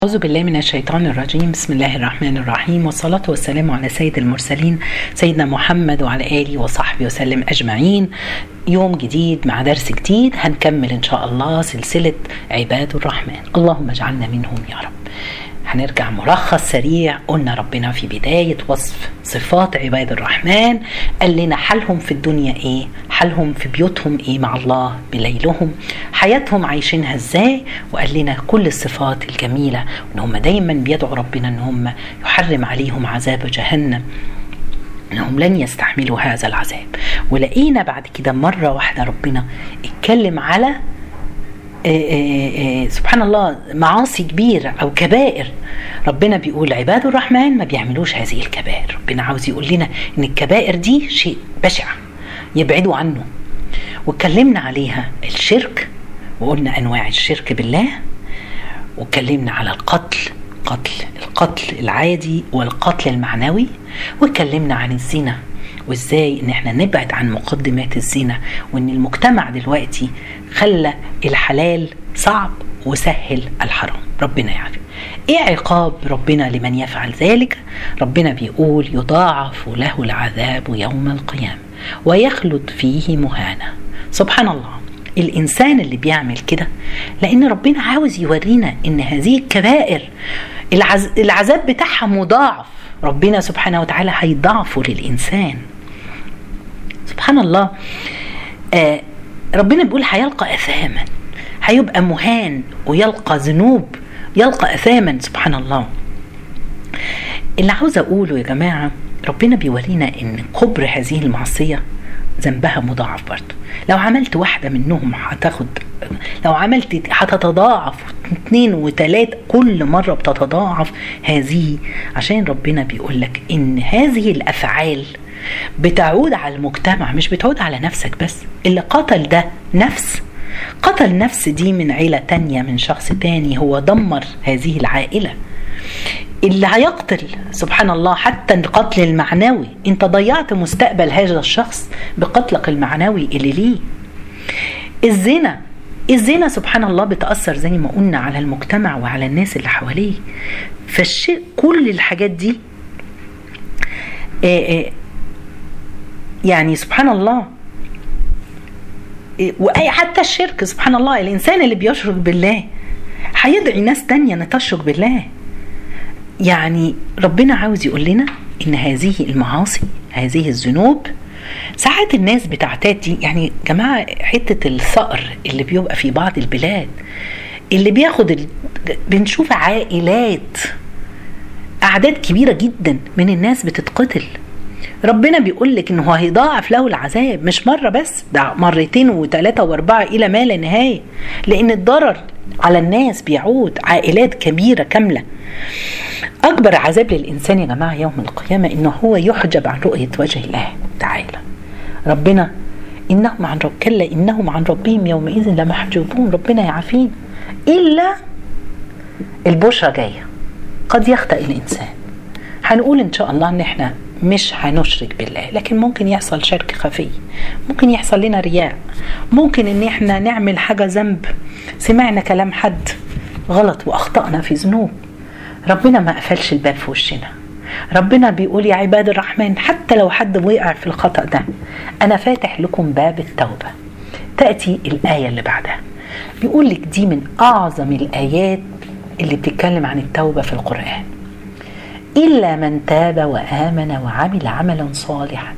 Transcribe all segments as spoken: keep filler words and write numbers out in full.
أعوذ بالله من الشيطان الرجيم. بسم الله الرحمن الرحيم، والصلاة والسلام على سيد المرسلين سيدنا محمد وعلى آله وصحبه وسلم أجمعين. يوم جديد مع درس جديد، هنكمل إن شاء الله سلسلة عباد الرحمن، اللهم اجعلنا منهم يا رب. هنرجع ملخص سريع. قلنا ربنا في بداية وصف صفات عباد الرحمن قال لنا حالهم في الدنيا ايه، حالهم في بيوتهم ايه مع الله بليلهم، حياتهم عايشينها ازاي، وقال لنا كل الصفات الجميلة ان هم دايما بيدعوا ربنا ان هم يحرم عليهم عذاب جهنم، انهم لن يستحملوا هذا العذاب. ولقينا بعد كده مرة واحدة ربنا اتكلم على إيه إيه إيه سبحان الله معاصي كبيرة أو كبائر. ربنا بيقول عباد الرحمن ما بيعملوش هذه الكبائر. ربنا عاوز يقول لنا إن الكبائر دي شيء بشع يبعدوا عنه، واتكلمنا عليها الشرك، وقلنا أنواع الشرك بالله، واتكلمنا على القتل، قتل القتل العادي والقتل المعنوي، واتكلمنا عن الزنا وازاي ان احنا نبعد عن مقدمات الزنا، وان المجتمع دلوقتي خلى الحلال صعب وسهل الحرام. ربنا يعافي. ايه عقاب ربنا لمن يفعل ذلك؟ ربنا بيقول يضاعف له العذاب يوم القيامة ويخلد فيه مهانا. سبحان الله، الانسان اللي بيعمل كده لان ربنا عاوز يورينا ان هذه الكبائر العز... العذاب بتاعها مضاعف. ربنا سبحانه وتعالى هيضاعفه للإنسان. سبحان الله. آه ربنا بيقول هيلقى أثاما، هيبقى مهان ويلقى ذنوب، يلقى أثاما. سبحان الله. اللي عاوز أقوله يا جماعة، ربنا بيورينا إن كبر هذه المعصية ذنبها مضاعف برضه. لو عملت واحدة منهم هتاخد، لو عملت هتتضاعف اثنين وثلاثة، كل مرة بتتضاعف هذه، عشان ربنا بيقول لك ان هذه الافعال بتعود على المجتمع، مش بتعود على نفسك بس. اللي قتل ده نفس، قتل نفس دي من عيلة تانية، من شخص تاني، هو دمر هذه العائلة. اللي هيقتل سبحان الله حتى القتل المعنوي، انت ضيعت مستقبل هذا الشخص بقتلك المعنوي اللي ليه. الزنا، الزنا سبحان الله بتأثر زي ما قلنا على المجتمع وعلى الناس اللي حواليه. فالشيء كل الحاجات دي آآ آآ يعني سبحان الله، وأي حتى الشرك سبحان الله. الإنسان اللي بيشرك بالله هيدعي ناس تانية ان تشرك بالله. يعني ربنا عاوز يقول لنا ان هذه المعاصي، هذه الذنوب، ساعات الناس بتعتاد دي. يعني جماعة حتة الثأر اللي بيبقى في بعض البلاد، اللي بياخد ال... بنشوف عائلات، أعداد كبيرة جدا من الناس بتتقتل. ربنا بيقول لك انه هيضاعف له العذاب، مش مرة بس، ده مرتين وثلاثة واربعة الى ما لا نهاية، لان الضرر على الناس بيعود، عائلات كبيرة كاملة. اكبر عذاب للانسان يا جماعة يوم القيامة انه هو يحجب عن رؤية وجه الله تعالى. ربنا انهم عن رب كلا انهم عن ربهم يومئذ لمحجوبون. ربنا يعافين. الا البشرى جاية، قد يخطئ الانسان. هنقول ان شاء الله ان احنا مش هنشرك بالله، لكن ممكن يحصل شرك خفي، ممكن يحصل لنا رياء، ممكن ان احنا نعمل حاجة ذنب، سمعنا كلام حد غلط واخطأنا في ذنوب. ربنا ما قفلش الباب في وشنا. ربنا بيقول يا عباد الرحمن، حتى لو حد وقع في الخطأ ده انا فاتح لكم باب التوبة. تأتي الآية اللي بعدها بيقول لك دي من اعظم الآيات اللي بتتكلم عن التوبة في القرآن. إلا من تاب وآمن وعمل عملا صالحا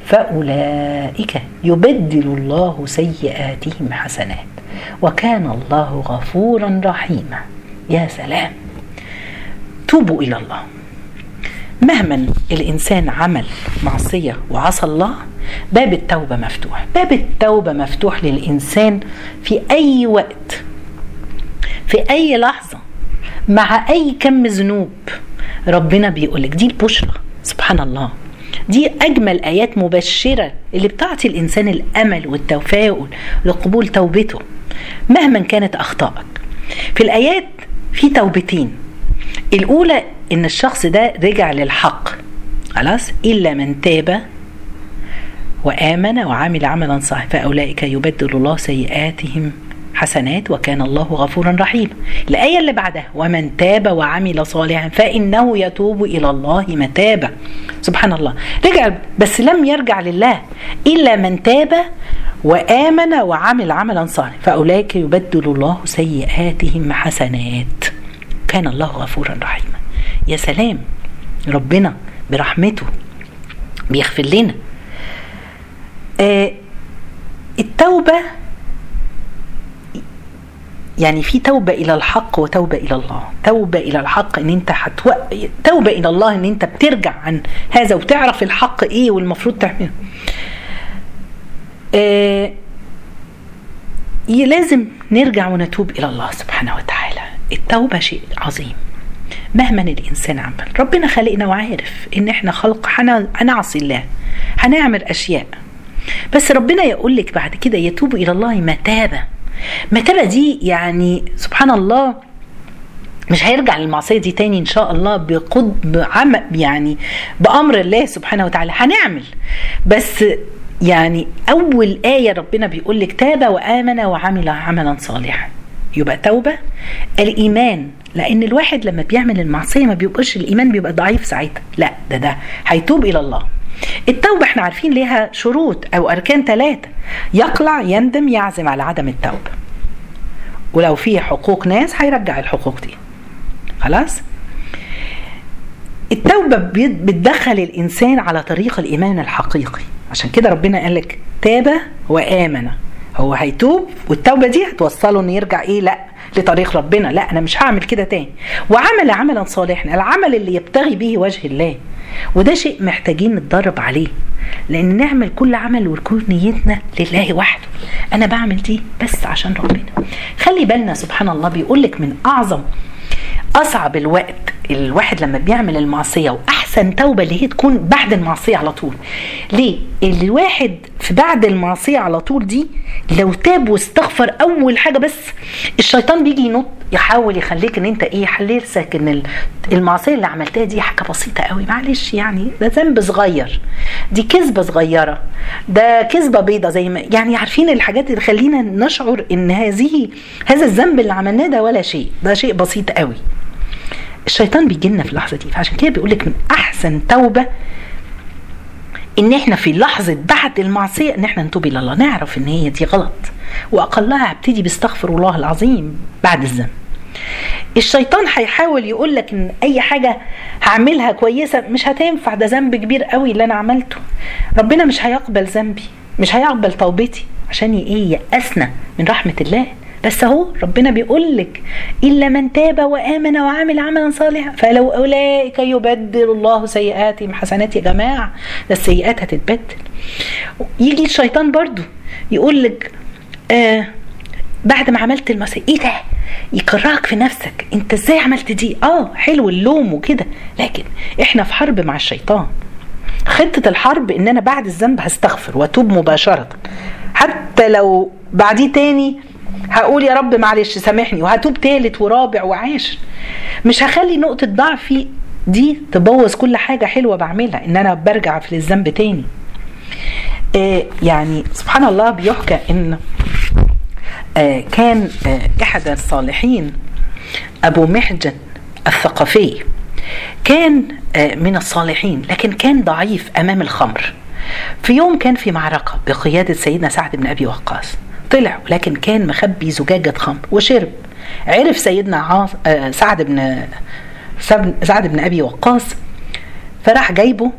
فأولئك يبدل الله سيئاتهم حسنات وكان الله غفورا رحيما. يا سلام. توبوا إلى الله. مهما الإنسان عمل معصية وعصى الله، باب التوبة مفتوح. باب التوبة مفتوح للإنسان في أي وقت، في أي لحظة، مع أي كم ذنوب. ربنا بيقولك دي البشرى. سبحان الله، دي أجمل آيات مبشرة اللي بتعطي الإنسان الأمل والتفاؤل لقبول توبته مهما كانت أخطائك. في الآيات في توبتين. الأولى إن الشخص ده رجع للحق خلاص، إلا من تاب وآمن وعمل عملا صالحا فأولئك يبدل الله سيئاتهم حسنات وكان الله غفورا رحيما. الآية اللي بعدها ومن تاب وعمل صالحا فإنه يتوب إلى الله متابا. سبحان الله، رجع بس لم يرجع لله إلا من تاب وآمن وعمل عملا صالحا فأولئك يبدل الله سيئاتهم حسنات كان الله غفورا رحيما. يا سلام، ربنا برحمته بيغفر لنا. آه التوبة يعني في توبة إلى الحق وتوبة إلى الله. توبة إلى الحق إن أنت حتو... توبة إلى الله إن أنت بترجع عن هذا وتعرف الحق إيه والمفروض تعمله. آه لازم نرجع ونتوب إلى الله سبحانه وتعالى. التوبة شيء عظيم مهما الإنسان عمل. ربنا خلقنا وعارف إن إحنا خلق هنعصي الله، هنعمل أشياء، بس ربنا يقول لك بعد كده يتوب إلى الله متابة. متابة دي يعني سبحان الله مش هيرجع للمعصية دي تاني إن شاء الله بقد بعمل يعني بأمر الله سبحانه وتعالى هنعمل. بس يعني أول آية ربنا بيقول لك تاب وآمن وعمل عملا صالحا، يبقى توبة الإيمان، لأن الواحد لما بيعمل المعصية ما بيبقاش الإيمان بيبقى ضعيف ساعتها، لا ده ده هيتوب إلى الله. التوبة احنا عارفين ليها شروط أو أركان ثلاثة: يقلع، يندم، يعزم على عدم التوبة، ولو فيه حقوق ناس هيرجع الحقوق دي. خلاص؟ التوبة بتدخل الإنسان على طريق الإيمان الحقيقي، عشان كده ربنا قال لك تاب وآمن. هو هيتوب والتوبة دي هتوصله انه يرجع ايه؟ لا لطريق ربنا، لا انا مش هعمل كده تاني. وعمل عملا صالحا، العمل اللي يبتغي به وجه الله، وده شيء محتاجين نتدرب عليه، لان نعمل كل عمل ويكون نيتنا لله وحده. انا بعمل دي بس عشان ربنا. خلي بالنا سبحان الله بيقول لك من اعظم اصعب الوقت الواحد لما بيعمل المعصية، واحسن توبة اللي هي تكون بعد المعصية على طول. ليه؟ اللي الواحد في بعد المعصية على طول دي لو تاب واستغفر اول حاجة، بس الشيطان بيجي ينط يحاول يخليك ان انت ايه حللسك ان المعصية اللي عملتها دي حاجة بسيطة قوي، معلش يعني ده ذنب صغير، دي كذبة صغيرة، ده كذبة بيضة، زي ما يعني عارفين الحاجات اللي خلينا نشعر ان هذه هذا الذنب اللي عملناه ده ولا شيء، ده شيء بسيط قوي. الشيطان بيجي لنا في اللحظة دي، فعشان كده بيقولك من احسن توبة ان احنا في لحظة بعد المعصية ان احنا نتوب الى الله، نعرف ان هي دي غلط، واقلها ابتدي باستغفر الله العظيم بعد الذنب. الشيطان هيحاول يقولك ان اي حاجة هعملها كويسة مش هتنفع، ده ذنب كبير قوي اللي انا عملته، ربنا مش هيقبل ذنبي، مش هيقبل توبتي، عشان ايه؟ يأسنا من رحمة الله. بس اهو ربنا بيقول لك الا من تاب وامن وعمل عملا صالحا فلو اولئك يبدل الله سيئاتهم حسنات. يا جماعه ده السيئات هتتبدل. يجي الشيطان برضو يقول لك آه بعد ما عملت المعصيه ايه ده، يكرهك في نفسك، انت ازاي عملت دي؟ اه حلو اللوم وكده، لكن احنا في حرب مع الشيطان. خطه الحرب ان انا بعد الذنب هستغفر واتوب مباشره، حتى لو بعديه تاني هقول يا رب معلش سامحني، وهتوب تالت ورابع وعاشر. مش هخلي نقطة ضعفي دي تبوظ كل حاجة حلوة بعملها، ان انا برجع في الذنب تاني. آه يعني سبحان الله بيحكى ان آه كان آه احد الصالحين ابو محجن الثقفي، كان آه من الصالحين لكن كان ضعيف امام الخمر. في يوم كان في معركة بقيادة سيدنا سعد بن ابي وقاص، طلع ولكن كان مخبي زجاجة خمر وشرب. عرف سيدنا عاص... آه سعد بن سعد بن أبي وقاص، فراح جايبه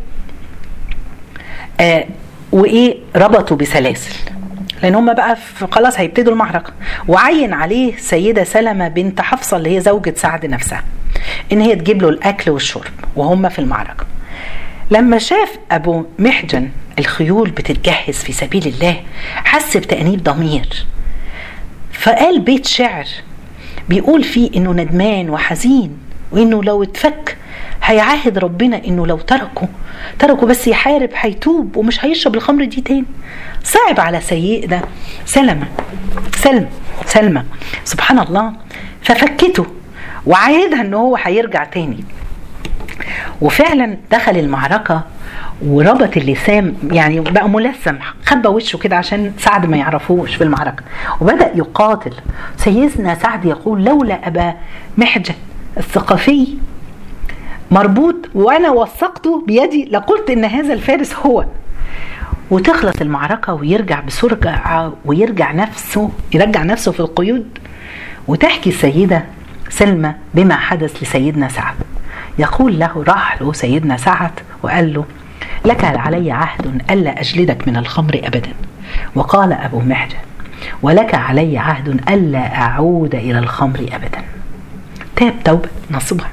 آه وإيه ربطه بسلاسل، لأن هم بقى خلاص هيبتدوا المعركة. وعين عليه سيدة سلمة بنت حفصة اللي هي زوجة سعد نفسها إن هي تجيب له الأكل والشرب وهم في المعركة. لما شاف أبو محجن الخيول بتتجهز في سبيل الله حس بتأنيب ضمير، فقال بيت شعر بيقول فيه إنه ندمان وحزين، وإنه لو اتفك هيعاهد ربنا إنه لو تركه تركه بس يحارب هيتوب ومش هيشرب الخمر دي تاني. صعب على سيدة سلمة سلمة سلمة سبحان الله، ففكته وعاهدها إنه هو هيرجع تاني. وفعلا دخل المعركة وربط اللسان، يعني بقى ملثم، خبى وشه كده عشان سعد ما يعرفوش في المعركة، وبدأ يقاتل. سيدنا سعد يقول لولا أبا محجن الثقفي مربوط وأنا وثقته بيدي لقلت إن هذا الفارس هو. وتخلص المعركة ويرجع بسرعة ويرجع نفسه يرجع نفسه في القيود. وتحكي السيدة سلمى بما حدث لسيدنا سعد. يقول له، راح له سيدنا سعد وقال له لك علي عهد ألا أجلدك من الخمر أبدا. وقال أبو محجن ولك علي عهد ألا أعود إلى الخمر أبدا. تاب توبة نصوحة.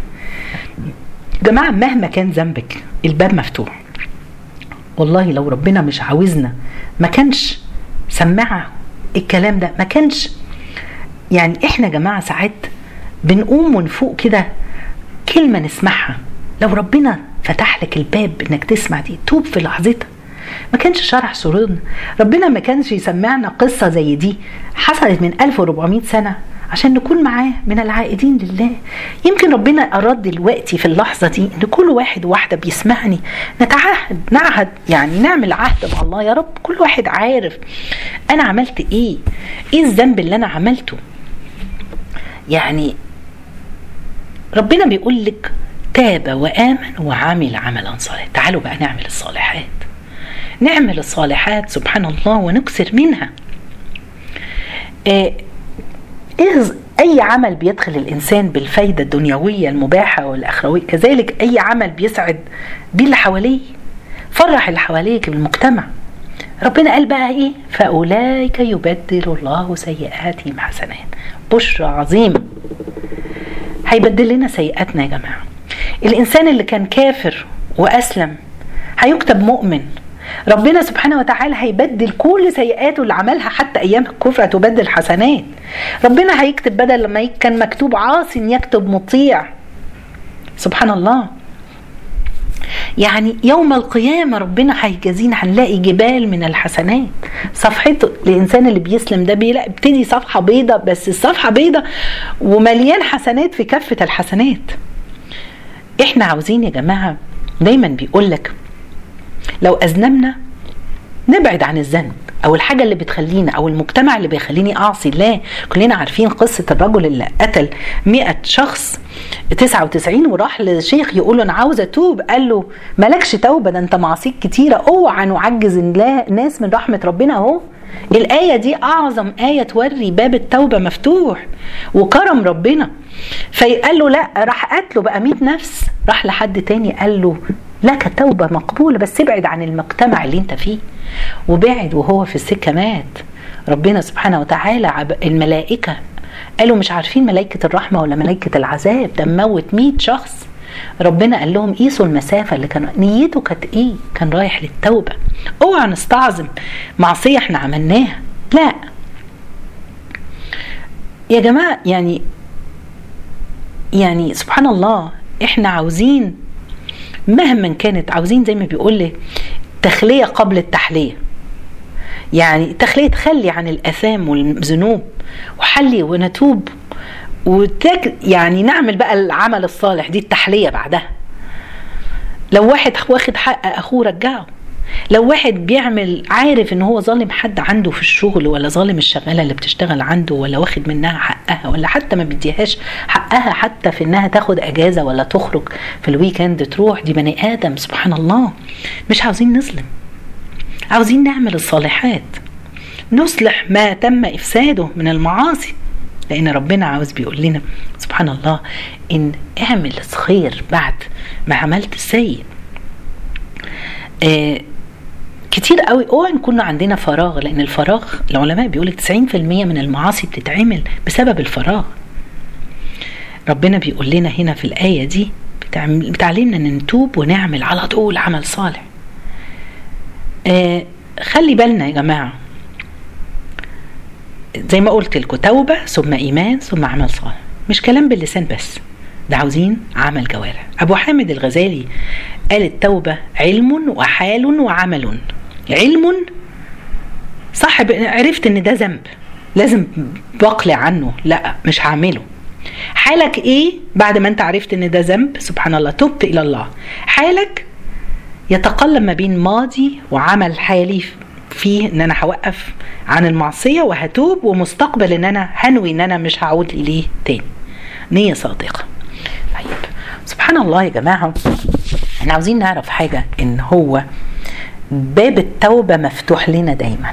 جماعة مهما كان ذنبك الباب مفتوح. والله لو ربنا مش عاوزنا ما كانش سمعه الكلام ده، ما كانش. يعني احنا جماعة ساعات بنقوم ونفوق كده كلمة نسمعها، لو ربنا فتح لك الباب انك تسمع دي توب في لحظتها. ما كانش شرح سرورنا، ربنا ما كانش يسمعنا قصة زي دي حصلت من ألف وأربعمائة سنة عشان نكون معاه من العائدين لله. يمكن ربنا أراد دلوقتي في اللحظة دي ان كل واحد وواحدة بيسمعني نتعهد نعهد يعني نعمل عهد مع الله. يا رب كل واحد عارف انا عملت ايه، ايه الذنب اللي انا عملته. يعني ربنا بيقول لك تاب وآمن وعمل عملا صالحا. تعالوا بقى نعمل الصالحات، نعمل الصالحات سبحان الله ونكثر منها. إيه أي عمل بيدخل الإنسان بالفايدة الدنيوية المباحة والأخروية، كذلك أي عمل بيسعد بيه اللي حواليه، فرح اللي حواليك بالمجتمع. ربنا قال بقى إيه؟ فأولئك يبدل الله سيئاتهم حسنات. بشرى عظيم، هيبدل لنا سيئاتنا يا جماعة. الإنسان اللي كان كافر وأسلم هيكتب مؤمن. ربنا سبحانه وتعالى هيبدل كل سيئاته اللي عملها حتى أيام الكفر تبدل حسنات. ربنا هيكتب بدل لما كان مكتوب عاصٍ يكتب مطيع. سبحان الله. يعني يوم القيامة ربنا هيجازينا، هنلاقي جبال من الحسنات. صفحته الإنسان اللي بيسلم ده بيبتدي صفحة بيضة، بس الصفحة بيضة ومليان حسنات في كافة الحسنات. احنا عاوزين يا جماعة، دايما بيقولك لو أذنبنا نبعد عن الذنب أو الحاجة اللي بتخلينا أو المجتمع اللي بيخليني أعصي الله. كلنا عارفين قصة الرجل اللي قتل مئة شخص تسعة وتسعين وراح للشيخ يقول له أنا عاوز أتوب. قال له مالكش توبة، ده أنت معصيك كتيرة، اوعى نعجز الناس من رحمة ربنا. اهو الآية دي أعظم آية توري باب التوبة مفتوح وكرم ربنا. فقال له لا، راح قتله بقى مئة نفس. راح لحد تاني قال له لك توبة مقبولة بس ابعد عن المجتمع اللي انت فيه. وبعد وهو في السكة مات. ربنا سبحانه وتعالى الملائكة قالوا مش عارفين ملائكة الرحمة ولا ملائكة العذاب، ده موت مئة شخص. ربنا قال لهم قيسوا المسافة اللي كان نيته كانت ايه، كان رايح للتوبة. اوعى نستعظم معصية احنا عملناها، لا يا جماعة. يعني يعني سبحان الله، احنا عاوزين مهما كانت، عاوزين زي ما بيقول لي تخلية قبل التحلية. يعني تخلية، تخلي عن الآثام والذنوب وحلي ونتوب وتك يعني نعمل بقى العمل الصالح، دي التحلية بعدها. لو واحد واخد حق أخوه رجعه. لو واحد بيعمل عارف ان هو ظالم حد عنده في الشغل، ولا ظالم الشغالة اللي بتشتغل عنده، ولا واخد منها حقها، ولا حتى ما بيديهاش حقها حتى في انها تاخد اجازة ولا تخرج في الويكند تروح، دي بني ادم. سبحان الله. مش عاوزين نظلم، عاوزين نعمل الصالحات، نصلح ما تم افساده من المعاصي. لان ربنا عاوز بيقول لنا سبحان الله ان اعمل الخير بعد ما عملت السيء. آه كتير قوي اوعى نكون عندنا فراغ، لان الفراغ العلماء بيقولك تسعين في المية من المعاصي بتتعمل بسبب الفراغ. ربنا بيقول لنا هنا في الآية دي بتعلمنا ان نتوب ونعمل على طول عمل صالح. آه خلي بالنا يا جماعة، زي ما قلت لكم توبة ثم إيمان ثم عمل صالح، مش كلام باللسان بس، ده عاوزين عمل جوارح. أبو حامد الغزالي قال التوبة علم وحال وعمل. علم صاحب عرفت ان ده ذنب لازم بقلع عنه، لا مش هعمله. حالك ايه بعد ما انت عرفت ان ده ذنب؟ سبحان الله، تبت الى الله. حالك يتقلب ما بين ماضي وعمل حالي فيه ان انا هوقف عن المعصية وهتوب، ومستقبل ان انا هنوي ان انا مش هعود اليه تاني، نية صادقة. طيب سبحان الله يا جماعة، احنا عاوزين نعرف حاجة، ان هو باب التوبة مفتوح لنا دايما.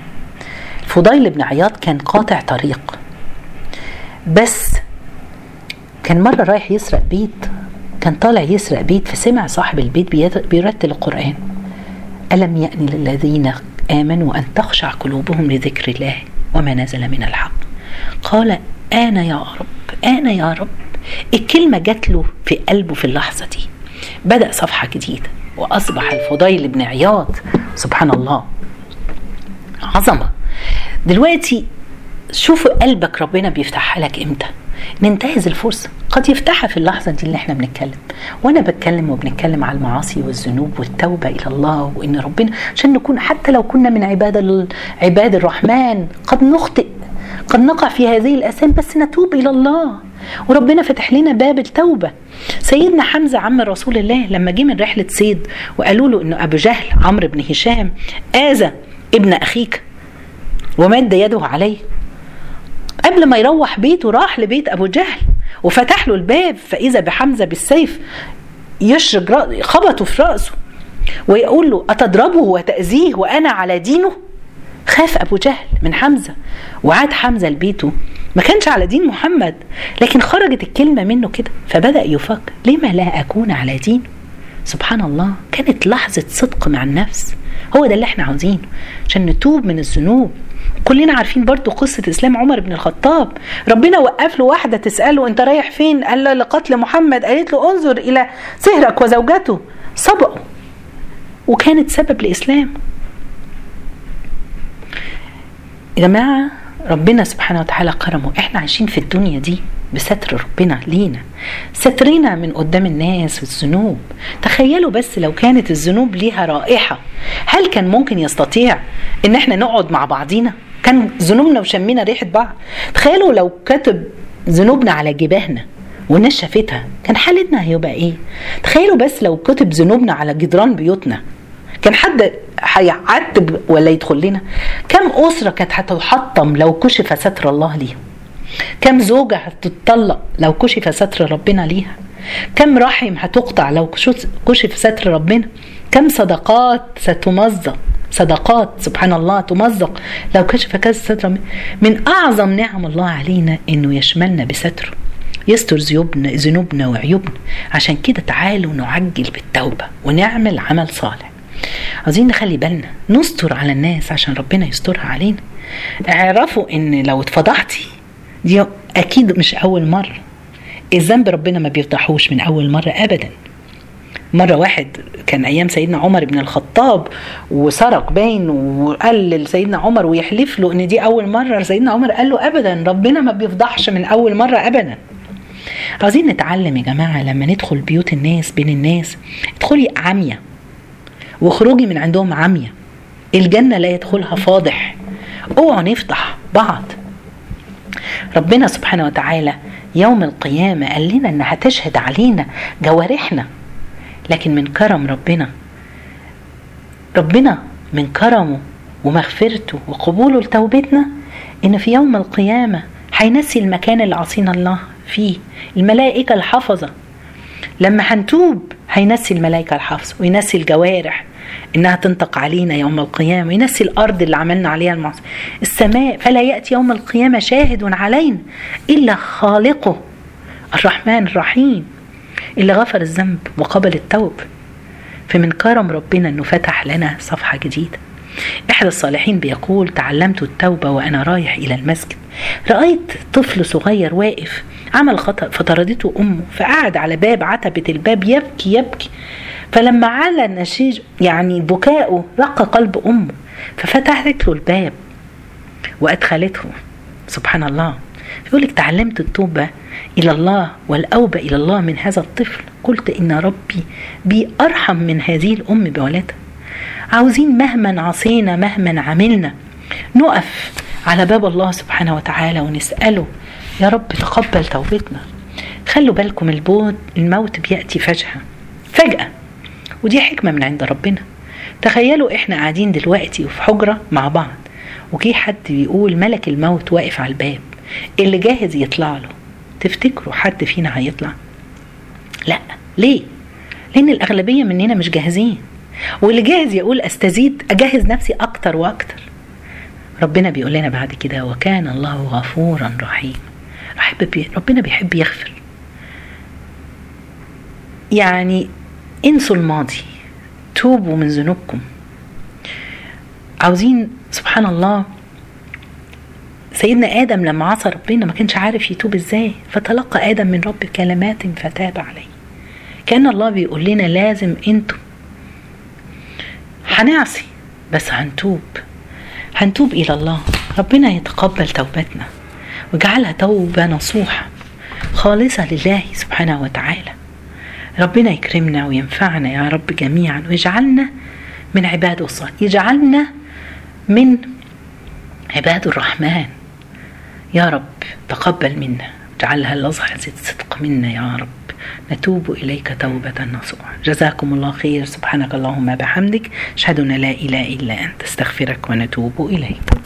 الفضيل بن عياض كان قاطع طريق، بس كان مرة رايح يسرق بيت، كان طالع يسرق بيت، فسمع صاحب البيت بيرتل القرآن: ألم يأن للذين آمنوا أن تخشع قلوبهم لذكر الله وما نزل من الحق. قال: أنا يا رب، أنا يا رب. الكلمة جات له في قلبه في اللحظة دي، بدأ صفحة جديدة، وأصبح الفضيل بن عياض سبحان الله عظمة. دلوقتي شوفوا قلبك ربنا بيفتحها لك امتى. ننتهز الفرصة، قد يفتحها في اللحظة دي اللي احنا بنتكلم، وانا بتكلم وبنتكلم على المعاصي والذنوب والتوبة الى الله، وان ربنا عشان نكون حتى لو كنا من عباد عباد الرحمن قد نخطئ، قد نقع في هذه الآثام، بس نتوب الى الله، وربنا فتح لنا باب التوبة. سيدنا حمزة عم رسول الله لما جه من رحلة صيد وقالوا له انه ابو جهل عمرو بن هشام آذى ابن اخيك ومد يده عليه، قبل ما يروح بيته راح لبيت ابو جهل وفتح له الباب، فاذا بحمزة بالسيف يشرج خبطه في رأسه ويقول له: أتضربه وتأذيه وأنا على دينه؟ خاف أبو جهل من حمزة وعاد حمزة لبيته، ما كانش على دين محمد، لكن خرجت الكلمة منه كده، فبدأ يفكر: لما لا أكون على دينه؟ سبحان الله، كانت لحظة صدق مع النفس. هو ده اللي احنا عاوزينه عشان نتوب من الذنوب. كلنا عارفين برضو قصة إسلام عمر بن الخطاب، ربنا وقف له واحدة تسأله: أنت رايح فين؟ قال له: لقتل محمد. قالت له: انظر إلى سهرك وزوجته. سبقوا وكانت سبب لإسلام. يا جماعة ربنا سبحانه وتعالى كرمه، احنا عايشين في الدنيا دي بستر ربنا لينا، سترنا من قدام الناس والذنوب. تخيلوا بس لو كانت الذنوب ليها رائحة، هل كان ممكن يستطيع ان احنا نقعد مع بعضينا؟ كان ذنوبنا وشمينا ريحة بعض. تخيلوا لو كتب ذنوبنا على جباهنا والناس شافتها، كان حالتنا هيبقى ايه؟ تخيلوا بس لو كتب ذنوبنا على جدران بيوتنا، كان حد هيعتب ولا يدخل لنا؟ كم أسرة كانت هتحطم لو كشف ستر الله ليهم؟ كم زوجة هتتطلق لو كشف ستر ربنا ليها؟ كم رحم هتقطع لو كشف ستر ربنا؟ كم صدقات ستمزق، صدقات سبحان الله تمزق لو كشف كذا ستر ربنا؟ من أعظم نعم الله علينا إنه يشملنا بستره، يستر ذنوبنا وعيوبنا. عشان كده تعالوا نعجل بالتوبة ونعمل عمل صالح. عايزين نخلي بالنا نستر على الناس عشان ربنا يسترها علينا. اعرفوا ان لو اتفضحتي دي اكيد مش اول مرة، الذنب ربنا ما بيفضحوش من اول مرة ابدا. مرة واحد كان ايام سيدنا عمر بن الخطاب وسرق باين، وقال لسيدنا عمر ويحلف له ان دي اول مرة، سيدنا عمر قال له ابدا، ربنا ما بيفضحش من اول مرة ابدا. عايزين نتعلم يا جماعة لما ندخل بيوت الناس بين الناس، ادخلي عمية وخروجي من عندهم عمية. الجنة لا يدخلها فاضح. اوعوا نفضح بعض. ربنا سبحانه وتعالى يوم القيامة قال لنا ان هتشهد علينا جوارحنا، لكن من كرم ربنا، ربنا من كرمه ومغفرته وقبوله لتوبتنا ان في يوم القيامة هينسي المكان اللي عصينا الله فيه الملائكة الحفظة. لما هنتوب هينسي الملائكة الحفظ، وينسي الجوارح إنها تنطق علينا يوم القيامة، وينسي الأرض اللي عملنا عليها المعصية، السماء. فلا يأتي يوم القيامة شاهد علينا إلا خالقه الرحمن الرحيم اللي غفر الذنب وقبل التوب. فمن كرم ربنا أنه فتح لنا صفحة جديدة. إحدى الصالحين بيقول: تعلمت التوبة وأنا رايح إلى المسجد، رأيت طفل صغير واقف عمل خطأ فطردته أمه، فقعد على باب عتبة الباب يبكي يبكي، فلما على النشيج يعني بكاؤه رق قلب أمه، ففتحت له الباب وأدخلته. سبحان الله. يقول لك: تعلمت التوبة إلى الله والأوبة إلى الله من هذا الطفل، قلت إن ربي بي أرحم من هذه الأم بولدها. عاوزين مهما عصينا مهما عملنا نقف على باب الله سبحانه وتعالى ونسأله يا رب تقبل توبتنا. خلوا بالكم البوت الموت بيأتي فجأة فجأة، ودي حكمة من عند ربنا. تخيلوا احنا قاعدين دلوقتي وفي حجرة مع بعض، وجي حد بيقول ملك الموت واقف على الباب اللي جاهز يطلع له، تفتكروا حد فينا هيطلع؟ لا. ليه؟ لأن الأغلبية مننا مش جاهزين، واللي جاهز يقول أستزيد أجهز نفسي أكتر وأكتر. ربنا بيقول لنا بعد كده وكان الله غفورا رحيم. ربنا بيحب يغفر. يعني انسوا الماضي، توبوا من ذنوبكم. عاوزين سبحان الله، سيدنا آدم لما عصى ربنا ما كانش عارف يتوب ازاي، فتلقى آدم من رب كلمات فتاب عليه. كان الله بيقول لنا لازم انتوا هنعصي بس هنتوب، هنتوب إلى الله. ربنا يتقبل توبتنا وجعلها توبة نصوحة خالصة لله سبحانه وتعالى. ربنا يكرمنا وينفعنا يا رب جميعا، ويجعلنا من عباده الصالحين، يجعلنا من عباد الرحمن يا رب. تقبل منا، اجعلها لحظة صدق منا يا رب. نتوب إليك توبة نصوحة. جزاكم الله خير. سبحانك اللهم بحمدك، أشهد أن لا إله إلا أنت، استغفرك ونتوب إليك.